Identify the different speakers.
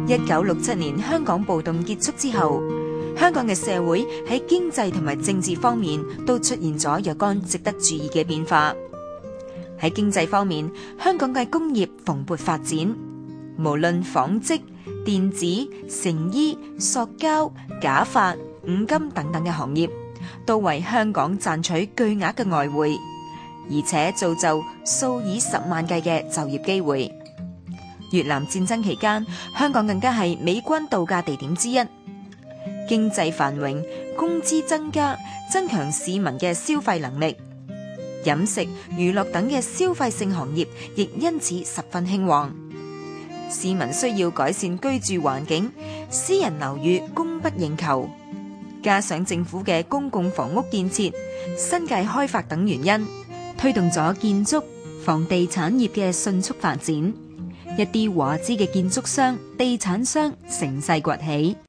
Speaker 1: 1967年香港暴動結束之後，香港嘅社會喺經濟同埋政治方面都出現咗若干值得注意嘅變化。喺經濟方面，香港嘅工業蓬勃發展，無論紡織、電子、成衣、塑膠、假髮、五金等等嘅行業，都為香港賺取巨額嘅外匯，而且造就數以十萬計嘅就業機會。越南戰爭期間，香港更加係美軍度假地點之一。經濟繁榮，工資增加，增強市民嘅消費能力。飲食、娛樂等嘅消費性行業亦因此十分興旺。市民需要改善居住環境，私人樓宇供不應求，加上政府嘅公共房屋建設、新界開發等原因，推動咗建築、房地產業嘅迅速發展。一啲華資嘅建築商、地產商乘勢崛起。